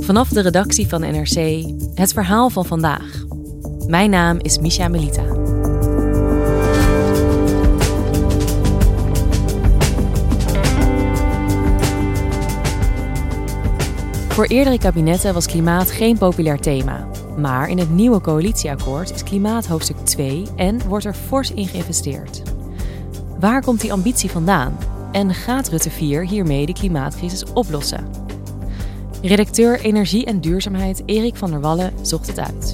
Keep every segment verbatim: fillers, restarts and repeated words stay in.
Vanaf de redactie van N R C, het verhaal van vandaag. Mijn naam is Misha Melita. Voor eerdere kabinetten was klimaat geen populair thema. Maar in het nieuwe coalitieakkoord is klimaat hoofdstuk twee en wordt er fors in geïnvesteerd. Waar komt die ambitie vandaan? En gaat Rutte vier hiermee de klimaatcrisis oplossen? Redacteur Energie en Duurzaamheid Erik van der Wallen zocht het uit.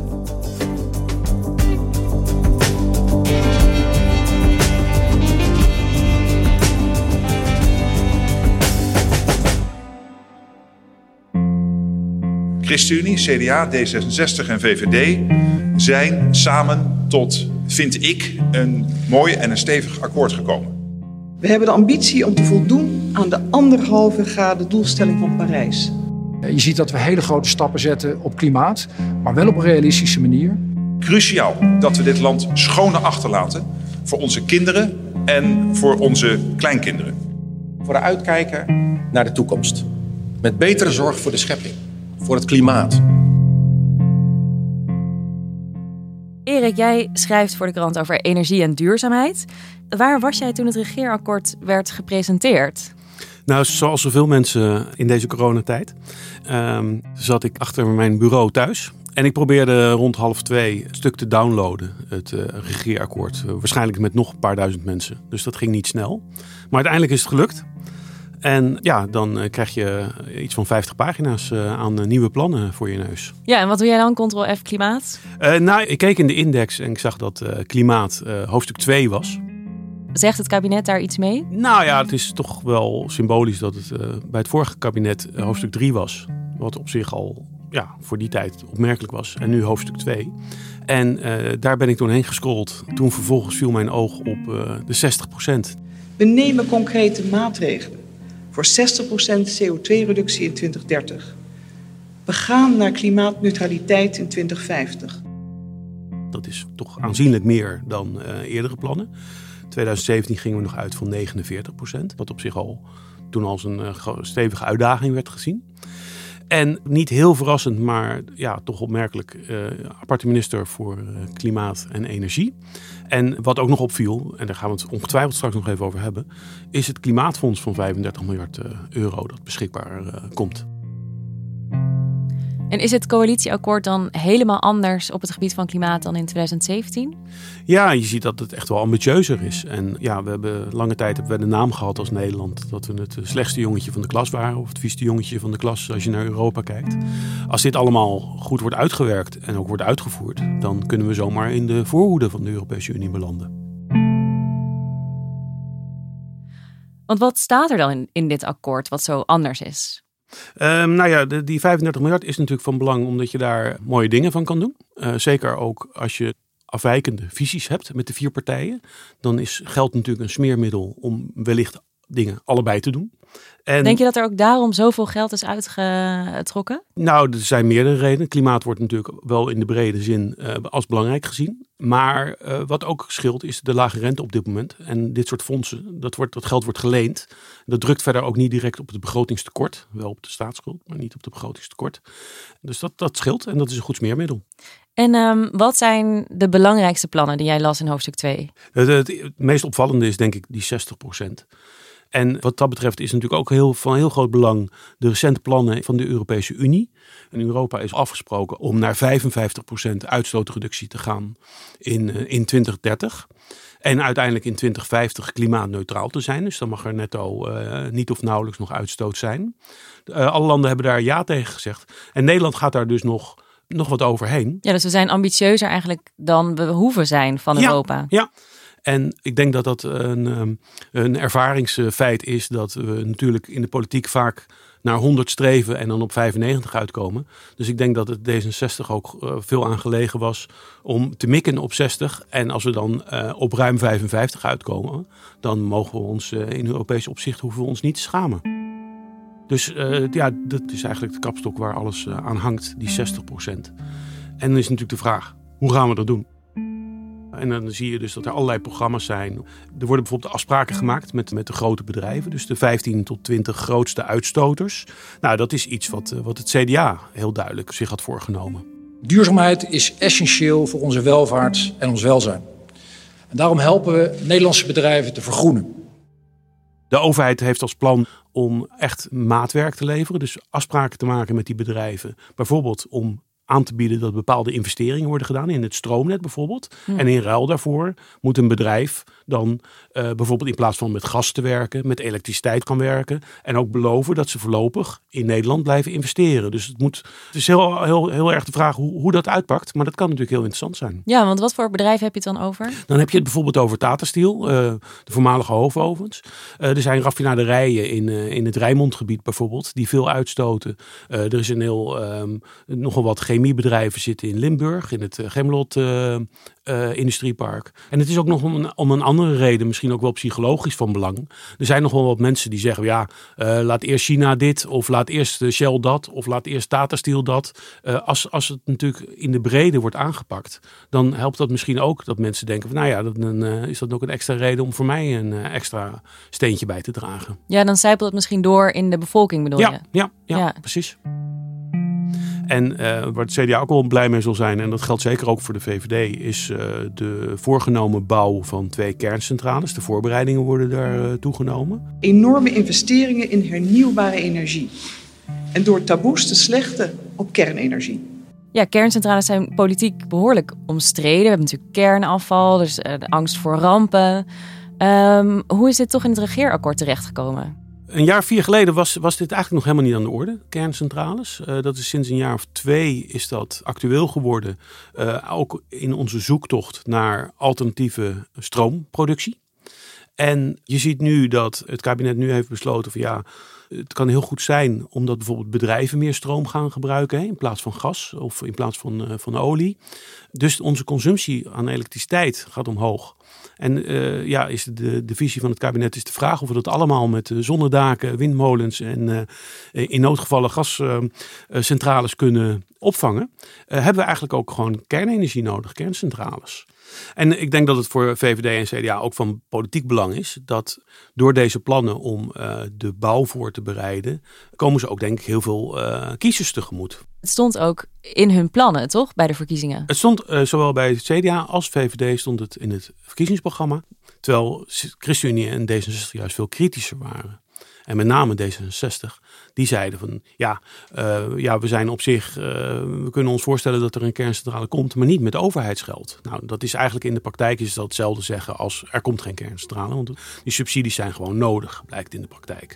ChristenUnie, C D A, D zesenzestig en V V D zijn samen tot, vind ik, een mooi en een stevig akkoord gekomen. We hebben de ambitie om te voldoen aan de anderhalve graden doelstelling van Parijs. Je ziet dat we hele grote stappen zetten op klimaat, maar wel op een realistische manier. Cruciaal dat we dit land schoner achterlaten voor onze kinderen en voor onze kleinkinderen. Vooruitkijken naar de toekomst. Met betere zorg voor de schepping, voor het klimaat. Erik, jij schrijft voor de krant over energie en duurzaamheid. Waar was jij toen het regeerakkoord werd gepresenteerd? Nou, zoals zoveel mensen in deze coronatijd um, zat ik achter mijn bureau thuis. En ik probeerde rond half twee een stuk te downloaden, het uh, regeerakkoord. Uh, waarschijnlijk met nog een paar duizend mensen. Dus dat ging niet snel. Maar uiteindelijk is het gelukt. En ja, dan uh, krijg je iets van vijftig pagina's uh, aan uh, nieuwe plannen voor je neus. Ja, en wat doe jij dan? control F klimaat? Uh, nou, ik keek in de index en ik zag dat uh, klimaat uh, hoofdstuk twee was. Zegt het kabinet daar iets mee? Nou ja, het is toch wel symbolisch dat het uh, bij het vorige kabinet uh, hoofdstuk drie was. Wat op zich al ja, voor die tijd opmerkelijk was. En nu hoofdstuk twee. En uh, daar ben ik doorheen gescrolld. Toen vervolgens viel mijn oog op uh, de zestig procent. We nemen concrete maatregelen voor zestig procent C O twee reductie in twintig dertig. We gaan naar klimaatneutraliteit in twintig vijftig. Dat is toch aanzienlijk meer dan uh, eerdere plannen. twintig zeventien gingen we nog uit van negenenveertig procent. Wat op zich al toen als een uh, stevige uitdaging werd gezien. En niet heel verrassend, maar ja, toch opmerkelijk, uh, aparte minister voor uh, klimaat en energie. En wat ook nog opviel, en daar gaan we het ongetwijfeld straks nog even over hebben, is het klimaatfonds van vijfendertig miljard euro dat beschikbaar uh, komt. En is het coalitieakkoord dan helemaal anders op het gebied van klimaat dan in twintig zeventien? Ja, je ziet dat het echt wel ambitieuzer is. En ja, we hebben lange tijd hebben we de naam gehad als Nederland dat we het slechtste jongetje van de klas waren. Of het vieste jongetje van de klas als je naar Europa kijkt. Als dit allemaal goed wordt uitgewerkt en ook wordt uitgevoerd, dan kunnen we zomaar in de voorhoede van de Europese Unie belanden. Want wat staat er dan in, in dit akkoord wat zo anders is? Um, nou ja, de, die vijfendertig miljard is natuurlijk van belang omdat je daar mooie dingen van kan doen. Uh, zeker ook als je afwijkende visies hebt met de vier partijen. Dan is geld natuurlijk een smeermiddel om wellicht dingen allebei te doen. En, denk je dat er ook daarom zoveel geld is uitgetrokken? Nou, er zijn meerdere redenen. Klimaat wordt natuurlijk wel in de brede zin uh, als belangrijk gezien. Maar uh, wat ook scheelt is de lage rente op dit moment. En dit soort fondsen, dat, wordt, dat geld wordt geleend. Dat drukt verder ook niet direct op het begrotingstekort. Wel op de staatsschuld, maar niet op het begrotingstekort. Dus dat, dat scheelt en dat is een goed smeermiddel. En um, wat zijn de belangrijkste plannen die jij las in hoofdstuk twee? Het, het, het meest opvallende is denk ik die zestig procent. En wat dat betreft is natuurlijk ook heel, van heel groot belang de recente plannen van de Europese Unie. En Europa is afgesproken om naar vijfenvijftig procent uitstootreductie te gaan in, in twintig dertig. En uiteindelijk in twintig vijftig klimaatneutraal te zijn. Dus dan mag er netto uh, niet of nauwelijks nog uitstoot zijn. Uh, alle landen hebben daar ja tegen gezegd. En Nederland gaat daar dus nog, nog wat overheen. Ja, dus we zijn ambitieuzer eigenlijk dan we hoeven zijn van Europa. Ja, ja. En ik denk dat dat een, een ervaringsfeit is dat we natuurlijk in de politiek vaak naar honderd streven en dan op vijfennegentig uitkomen. Dus ik denk dat het D zesenzestig ook veel aan gelegen was om te mikken op zestig. En als we dan uh, op ruim vijfenvijftig uitkomen, dan mogen we ons uh, in Europees opzicht hoeven we ons niet te schamen. Dus uh, ja, dat is eigenlijk de kapstok waar alles uh, aan hangt, die zestig procent. En dan is natuurlijk de vraag, hoe gaan we dat doen? En dan zie je dus dat er allerlei programma's zijn. Er worden bijvoorbeeld afspraken gemaakt met, met de grote bedrijven. Dus de vijftien tot twintig grootste uitstoters. Nou, dat is iets wat, wat het C D A heel duidelijk zich had voorgenomen. Duurzaamheid is essentieel voor onze welvaart en ons welzijn. En daarom helpen we Nederlandse bedrijven te vergroenen. De overheid heeft als plan om echt maatwerk te leveren. Dus afspraken te maken met die bedrijven. Bijvoorbeeld om aan te bieden dat bepaalde investeringen worden gedaan in het stroomnet bijvoorbeeld. Hmm. En in ruil daarvoor moet een bedrijf dan uh, bijvoorbeeld in plaats van met gas te werken, met elektriciteit kan werken. En ook beloven dat ze voorlopig in Nederland blijven investeren. Dus het, moet, het is heel, heel, heel erg de vraag hoe, hoe dat uitpakt. Maar dat kan natuurlijk heel interessant zijn. Ja, want wat voor bedrijf heb je het dan over? Dan heb je het bijvoorbeeld over Tata Steel, uh, de voormalige hoofdovens. Uh, er zijn raffinaderijen in, uh, in het Rijnmondgebied bijvoorbeeld, die veel uitstoten. Uh, er is een heel, um, nogal wat chemiebedrijven zitten in Limburg, in het uh, Gemlot uh, uh, industriepark. En het is ook nog om een, om een andere reden, misschien ook wel psychologisch van belang. Er zijn nog wel wat mensen die zeggen, ja, uh, laat eerst China dit, of laat eerst uh, Shell dat, of laat eerst Tata Steel dat. Uh, als, als het natuurlijk in de brede wordt aangepakt, dan helpt dat misschien ook dat mensen denken van, nou ja, dan uh, is dat ook een extra reden om voor mij een uh, extra steentje bij te dragen. Ja, dan zijpelt het misschien door in de bevolking, bedoel ja, je? Ja, ja, ja, precies. En uh, waar het C D A ook wel blij mee zal zijn, en dat geldt zeker ook voor de V V D, is uh, de voorgenomen bouw van twee kerncentrales. De voorbereidingen worden daar uh, toegenomen. Enorme investeringen in hernieuwbare energie. En door taboes te slechten op kernenergie. Ja, kerncentrales zijn politiek behoorlijk omstreden. We hebben natuurlijk kernafval, dus uh, de angst voor rampen. Um, hoe is dit toch in het regeerakkoord terechtgekomen? Een jaar vier geleden was, was dit eigenlijk nog helemaal niet aan de orde, kerncentrales. Uh, dat is sinds een jaar of twee is dat actueel geworden. Uh, ook in onze zoektocht naar alternatieve stroomproductie. En je ziet nu dat het kabinet nu heeft besloten van ja, het kan heel goed zijn omdat bijvoorbeeld bedrijven meer stroom gaan gebruiken hè, in plaats van gas of in plaats van, uh, van olie. Dus onze consumptie aan elektriciteit gaat omhoog. En uh, ja, is de, de visie van het kabinet is de vraag of we dat allemaal met uh, zonnedaken, windmolens en uh, in noodgevallen gascentrales uh, kunnen opvangen. Uh, hebben we eigenlijk ook gewoon kernenergie nodig, kerncentrales. En ik denk dat het voor V V D en C D A ook van politiek belang is dat door deze plannen om uh, de bouw voor te bereiden, komen ze ook denk ik heel veel uh, kiezers tegemoet. Het stond ook in hun plannen, toch? Bij de verkiezingen. Het stond uh, zowel bij het C D A als V V D stond het in het verkiezingsprogramma. Terwijl ChristenUnie en D zesenzestig juist veel kritischer waren. En met name D zesenzestig, die zeiden van ja, uh, ja we zijn op zich, uh, we kunnen ons voorstellen dat er een kerncentrale komt, maar niet met overheidsgeld. Nou, dat is eigenlijk in de praktijk is dat hetzelfde zeggen als er komt geen kerncentrale, want die subsidies zijn gewoon nodig, blijkt in de praktijk.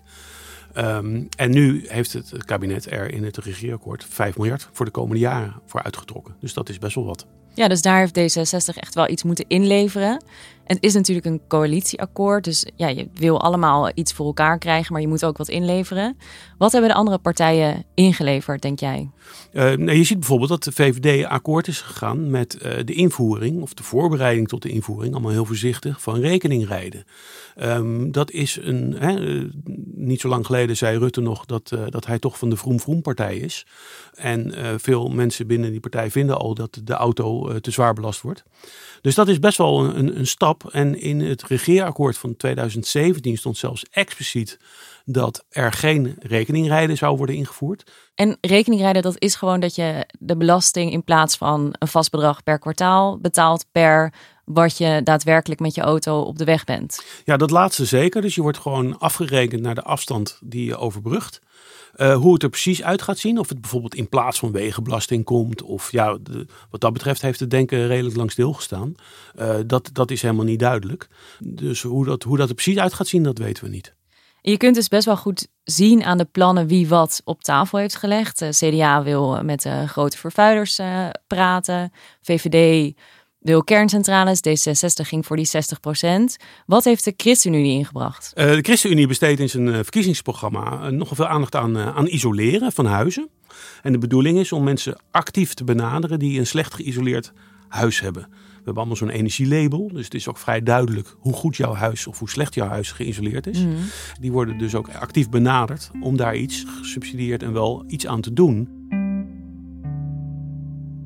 Um, en nu heeft het kabinet er in het regeerakkoord vijf miljard voor de komende jaren voor uitgetrokken. Dus dat is best wel wat. Ja, dus daar heeft D zesenzestig echt wel iets moeten inleveren. En het is natuurlijk een coalitieakkoord. Dus ja, je wil allemaal iets voor elkaar krijgen, maar je moet ook wat inleveren. Wat hebben de andere partijen ingeleverd, denk jij? Uh, nou, je ziet bijvoorbeeld dat de V V D akkoord is gegaan met uh, de invoering, of de voorbereiding tot de invoering, allemaal heel voorzichtig, van rekeningrijden. Um, dat is een, hè, uh, niet zo lang geleden zei Rutte nog dat, uh, dat hij toch van de Vroom-Vroom-partij is. En uh, veel mensen binnen die partij vinden al dat de auto uh, te zwaar belast wordt. Dus dat is best wel een, een stap. En in het regeerakkoord van tweeduizend zeventien stond zelfs expliciet dat er geen rekeningrijden zou worden ingevoerd. En rekeningrijden, dat is gewoon dat je de belasting in plaats van een vast bedrag per kwartaal betaalt per wat je daadwerkelijk met je auto op de weg bent. Ja, dat laatste zeker. Dus je wordt gewoon afgerekend naar de afstand die je overbrugt. Uh, hoe het er precies uit gaat zien. Of het bijvoorbeeld in plaats van wegenbelasting komt. Of ja, de, wat dat betreft heeft het denken redelijk lang stilgestaan. Uh, dat, dat is helemaal niet duidelijk. Dus hoe dat, hoe dat er precies uit gaat zien, dat weten we niet. Je kunt dus best wel goed zien aan de plannen wie wat op tafel heeft gelegd. De C D A wil met de grote vervuilers uh, praten. V V D wil kerncentrales. D zesenzestig ging voor die zestig procent. Wat heeft de ChristenUnie ingebracht? Uh, de ChristenUnie besteedt in zijn uh, verkiezingsprogramma uh, nogal veel aandacht aan, uh, aan isoleren van huizen. En de bedoeling is om mensen actief te benaderen die een slecht geïsoleerd huis hebben. We hebben allemaal zo'n energielabel. Dus het is ook vrij duidelijk hoe goed jouw huis of hoe slecht jouw huis geïsoleerd is. Mm. Die worden dus ook actief benaderd om daar iets gesubsidieerd en wel iets aan te doen.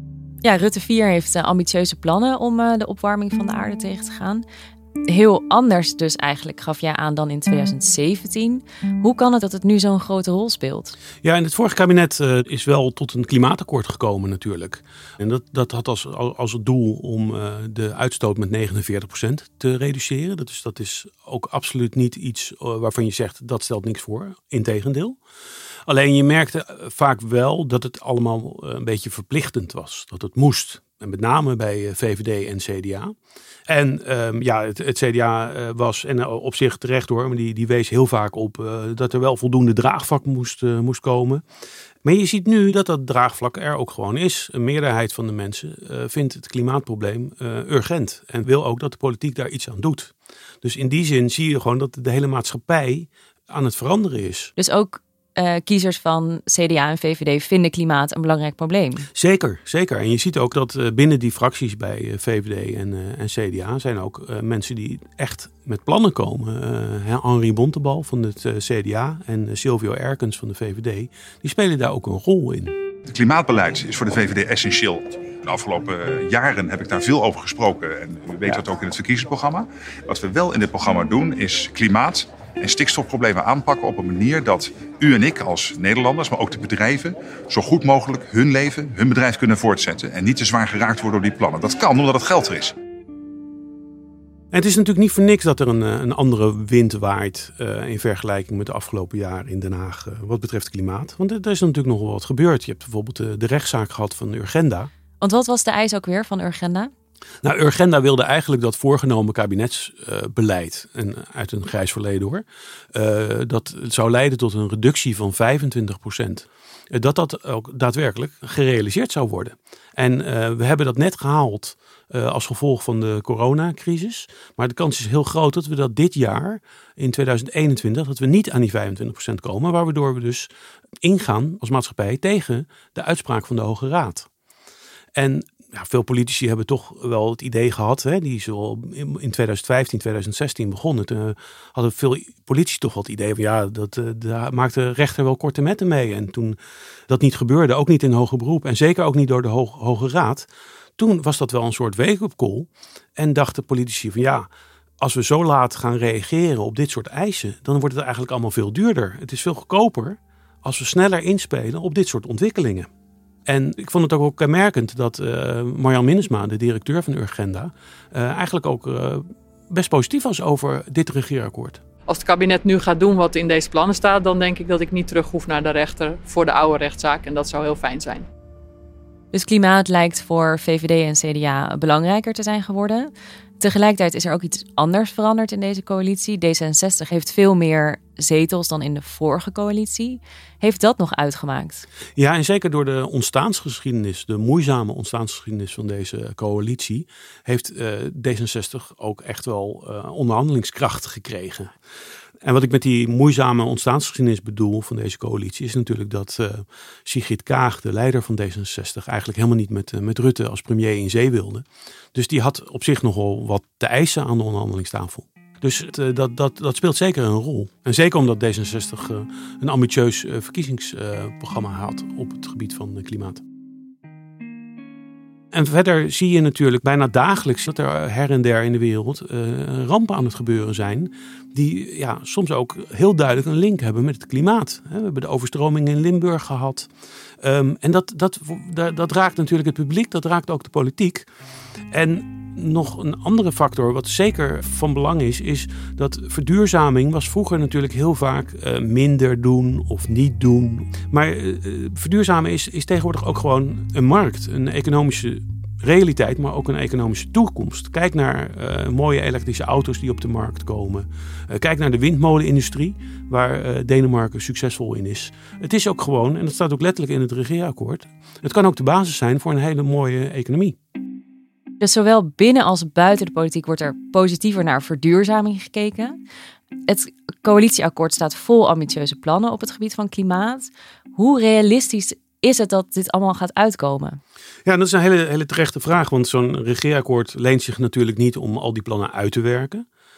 Ja, Rutte vier heeft uh, ambitieuze plannen om uh, de opwarming van de aarde tegen te gaan. Heel anders dus eigenlijk, gaf jij aan, dan in twintig zeventien. Hoe kan het dat het nu zo'n grote rol speelt? Ja, en het vorige kabinet uh, is wel tot een klimaatakkoord gekomen natuurlijk. En dat, dat had als, als het doel om uh, de uitstoot met negenenveertig procent te reduceren. Dat is, dat is ook absoluut niet iets uh, waarvan je zegt dat stelt niks voor. Integendeel. Alleen je merkte vaak wel dat het allemaal een beetje verplichtend was. Dat het moest. En met name bij V V D en C D A. En um, ja, het, het C D A uh, was, en op zich terecht hoor, maar die, die wees heel vaak op uh, dat er wel voldoende draagvlak moest, uh, moest komen. Maar je ziet nu dat dat draagvlak er ook gewoon is. Een meerderheid van de mensen uh, vindt het klimaatprobleem uh, urgent. En wil ook dat de politiek daar iets aan doet. Dus in die zin zie je gewoon dat de hele maatschappij aan het veranderen is. Dus ook Uh, kiezers van C D A en V V D vinden klimaat een belangrijk probleem. Zeker, zeker. En je ziet ook dat uh, binnen die fracties bij uh, V V D en, uh, en C D A zijn ook uh, mensen die echt met plannen komen. Uh, Henri Bontebal van het uh, C D A en uh, Silvio Erkens van de V V D. Die spelen daar ook een rol in. Het klimaatbeleid is voor de V V D essentieel. De afgelopen jaren heb ik daar veel over gesproken. En u weet dat ook in het verkiezingsprogramma. Wat we wel in dit programma doen is klimaat en stikstofproblemen aanpakken op een manier dat u en ik als Nederlanders, maar ook de bedrijven, zo goed mogelijk hun leven, hun bedrijf kunnen voortzetten. En niet te zwaar geraakt worden door die plannen. Dat kan omdat het geld er is. En het is natuurlijk niet voor niks dat er een, een andere wind waait uh, in vergelijking met de afgelopen jaren in Den Haag uh, wat betreft klimaat. Want er is natuurlijk nog wel wat gebeurd. Je hebt bijvoorbeeld de, de rechtszaak gehad van Urgenda. Want wat was de eis ook weer van Urgenda? Nou, Urgenda wilde eigenlijk dat voorgenomen kabinetsbeleid, uh, en uit een grijs verleden hoor, uh, dat zou leiden tot een reductie van vijfentwintig procent. Uh, dat dat ook daadwerkelijk gerealiseerd zou worden. En uh, we hebben dat net gehaald uh, als gevolg van de coronacrisis. Maar de kans is heel groot dat we dat dit jaar, in tweeduizend eenentwintig, dat we niet aan die vijfentwintig procent komen. Waardoor we dus ingaan als maatschappij tegen de uitspraak van de Hoge Raad. En ja, veel politici hebben toch wel het idee gehad, hè, die zo in tweeduizend vijftien, tweeduizend zestien begonnen. Toen hadden veel politici toch wel het idee van ja, dat, daar maakte de rechter wel korte metten mee. En toen dat niet gebeurde, ook niet in hoger beroep en zeker ook niet door de Hoge, Hoge Raad. Toen was dat wel een soort wake-up call en dachten politici van ja, als we zo laat gaan reageren op dit soort eisen, dan wordt het eigenlijk allemaal veel duurder. Het is veel goedkoper als we sneller inspelen op dit soort ontwikkelingen. En ik vond het ook wel kenmerkend dat uh, Marjan Minnesma, de directeur van Urgenda, uh, eigenlijk ook uh, best positief was over dit regeerakkoord. Als het kabinet nu gaat doen wat in deze plannen staat, dan denk ik dat ik niet terug hoef naar de rechter voor de oude rechtszaak. En dat zou heel fijn zijn. Dus klimaat lijkt voor V V D en C D A belangrijker te zijn geworden. Tegelijkertijd is er ook iets anders veranderd in deze coalitie. D zesenzestig heeft veel meer zetels dan in de vorige coalitie. Heeft dat nog uitgemaakt? Ja, en zeker door de ontstaansgeschiedenis, de moeizame ontstaansgeschiedenis van deze coalitie, heeft uh, D zesenzestig ook echt wel uh, onderhandelingskracht gekregen. En wat ik met die moeizame ontstaansgeschiedenis bedoel van deze coalitie is natuurlijk dat uh, Sigrid Kaag, de leider van D zesenzestig, eigenlijk helemaal niet met, uh, met Rutte als premier in zee wilde. Dus die had op zich nogal wat te eisen aan de onderhandelingstafel. Dus het, uh, dat, dat, dat speelt zeker een rol. En zeker omdat D zesenzestig uh, een ambitieus uh, verkiezingsprogramma uh, had op het gebied van uh, klimaat. En verder zie je natuurlijk bijna dagelijks dat er her en der in de wereld uh, rampen aan het gebeuren zijn. Die ja, soms ook heel duidelijk een link hebben met het klimaat. We hebben de overstroming in Limburg gehad. Um, en dat, dat, dat, dat raakt natuurlijk het publiek, dat raakt ook de politiek. En nog een andere factor wat zeker van belang is, is dat verduurzaming was vroeger natuurlijk heel vaak uh, minder doen of niet doen. Maar uh, verduurzamen is, is tegenwoordig ook gewoon een markt, een economische realiteit, maar ook een economische toekomst. Kijk naar uh, mooie elektrische auto's die op de markt komen. Uh, kijk naar de windmolenindustrie, waar uh, Denemarken succesvol in is. Het is ook gewoon, en dat staat ook letterlijk in het regeerakkoord, het kan ook de basis zijn voor een hele mooie economie. Dus zowel binnen als buiten de politiek wordt er positiever naar verduurzaming gekeken. Het coalitieakkoord staat vol ambitieuze plannen op het gebied van klimaat. Hoe realistisch is het dat dit allemaal gaat uitkomen? Ja, dat is een hele, hele terechte vraag. Want zo'n regeerakkoord leent zich natuurlijk niet om al die plannen uit te werken.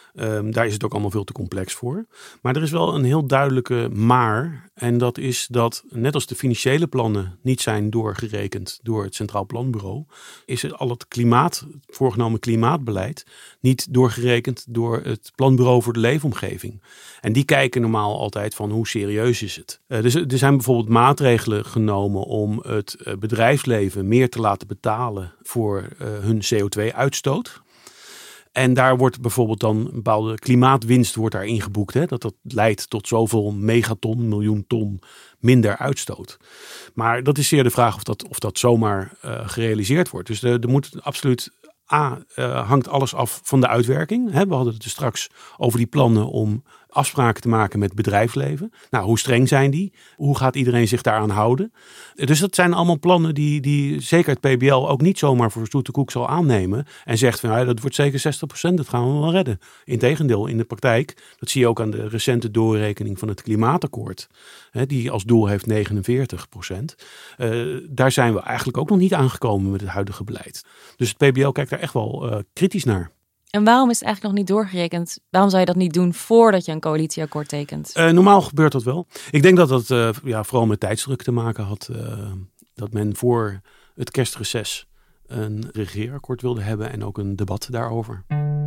Um, daar is het ook allemaal veel te complex voor. Maar er is wel een heel duidelijke maar. En dat is dat net als de financiële plannen niet zijn doorgerekend door het Centraal Planbureau, is het al het klimaat, het voorgenomen klimaatbeleid niet doorgerekend door het Planbureau voor de Leefomgeving. En die kijken normaal altijd van hoe serieus is het. Uh, dus er zijn bijvoorbeeld maatregelen genomen om het uh, bedrijfsleven meer te laten betalen voor uh, hun C O twee uitstoot. En daar wordt bijvoorbeeld dan een bepaalde klimaatwinst wordt daar ingeboekt. Hè? Dat dat leidt tot zoveel megaton, miljoen ton minder uitstoot. Maar dat is zeer de vraag of dat, of dat zomaar uh, gerealiseerd wordt. Dus er, er moet absoluut... A, uh, hangt alles af van de uitwerking. Hè? We hadden het er straks over die plannen om afspraken te maken met het bedrijfsleven. Nou, hoe streng zijn die? Hoe gaat iedereen zich daaraan houden? Dus dat zijn allemaal plannen die, die zeker het P B L ook niet zomaar voor zoete koek zal aannemen. En zegt van, nou, dat wordt zeker zestig procent, dat gaan we wel redden. Integendeel, in de praktijk, dat zie je ook aan de recente doorrekening van het klimaatakkoord. Hè, die als doel heeft negenenveertig procent. Uh, daar zijn we eigenlijk ook nog niet aangekomen met het huidige beleid. Dus het P B L kijkt daar echt wel uh, kritisch naar. En waarom is het eigenlijk nog niet doorgerekend? Waarom zou je dat niet doen voordat je een coalitieakkoord tekent? Uh, normaal gebeurt dat wel. Ik denk dat dat uh, ja, vooral met tijdsdruk te maken had. Uh, dat men voor het kerstreces een regeerakkoord wilde hebben en ook een debat daarover.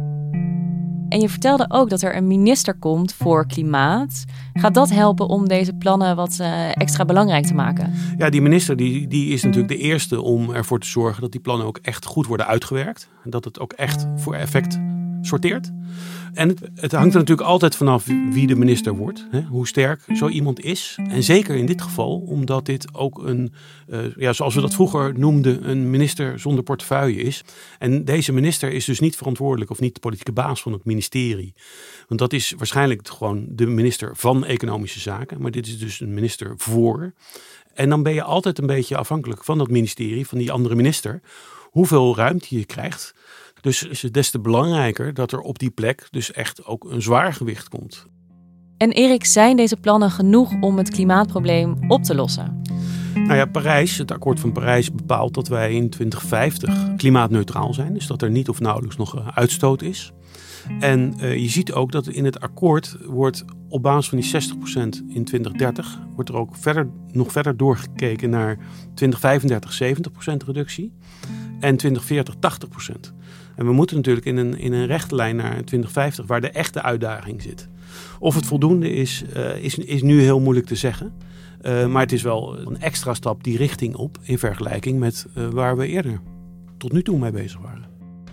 En je vertelde ook dat er een minister komt voor klimaat. Gaat dat helpen om deze plannen wat uh, extra belangrijk te maken? Ja, die minister die, die is natuurlijk de eerste om ervoor te zorgen dat die plannen ook echt goed worden uitgewerkt. En dat het ook echt voor effect sorteert. En het, het hangt er natuurlijk altijd vanaf wie de minister wordt. Hè? Hoe sterk zo iemand is. En zeker in dit geval, omdat dit ook een, uh, ja, zoals we dat vroeger noemden, een minister zonder portefeuille is. En deze minister is dus niet verantwoordelijk of niet de politieke baas van het ministerie. Want dat is waarschijnlijk gewoon de minister van Economische Zaken. Maar dit is dus een minister voor. En dan ben je altijd een beetje afhankelijk van dat ministerie, van die andere minister, hoeveel ruimte je krijgt. Dus is het des te belangrijker dat er op die plek dus echt ook een zwaar gewicht komt. En Erik, zijn deze plannen genoeg om het klimaatprobleem op te lossen? Nou ja, Parijs, het akkoord van Parijs bepaalt dat wij in twintig vijftig klimaatneutraal zijn. Dus dat er niet of nauwelijks nog uitstoot is. En uh, je ziet ook dat in het akkoord wordt op basis van die zestig procent in twintig dertig... wordt er ook verder, nog verder doorgekeken naar twintig vijfendertig zeventig procent reductie en twintig veertig tachtig procent. En we moeten natuurlijk in een, in een rechte lijn naar twintig vijftig waar de echte uitdaging zit. Of het voldoende is, uh, is, is nu heel moeilijk te zeggen. Uh, maar het is wel een extra stap die richting op in vergelijking met uh, waar we eerder tot nu toe mee bezig waren.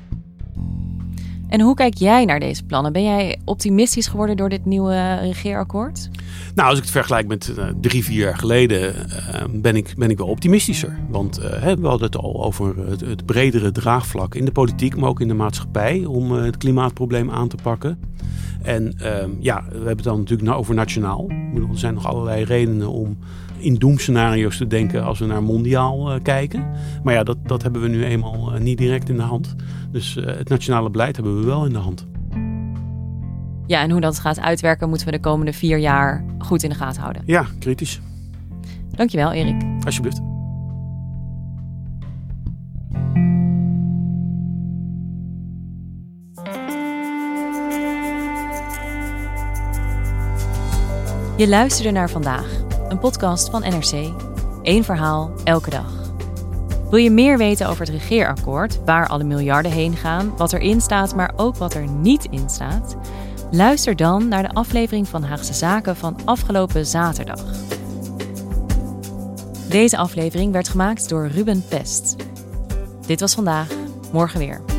En hoe kijk jij naar deze plannen? Ben jij optimistisch geworden door dit nieuwe regeerakkoord? Nou, als ik het vergelijk met uh, drie, vier jaar geleden uh, ben, ik, ben ik wel optimistischer. Want uh, we hadden het al over het, het bredere draagvlak in de politiek, maar ook in de maatschappij om uh, het klimaatprobleem aan te pakken. En uh, ja, we hebben het dan natuurlijk over nationaal. Ik bedoel, er zijn nog allerlei redenen om in doemscenario's te denken als we naar mondiaal uh, kijken. Maar ja, dat, dat hebben we nu eenmaal uh, niet direct in de hand. Dus uh, het nationale beleid hebben we wel in de hand. Ja, en hoe dat gaat uitwerken moeten we de komende vier jaar goed in de gaten houden. Ja, kritisch. Dankjewel, Erik. Alsjeblieft. Je luisterde naar Vandaag, een podcast van N R C. Eén verhaal, elke dag. Wil je meer weten over het regeerakkoord, waar alle miljarden heen gaan, wat erin staat, maar ook wat er niet in staat? Luister dan naar de aflevering van Haagse Zaken van afgelopen zaterdag. Deze aflevering werd gemaakt door Ruben Pest. Dit was Vandaag, morgen weer.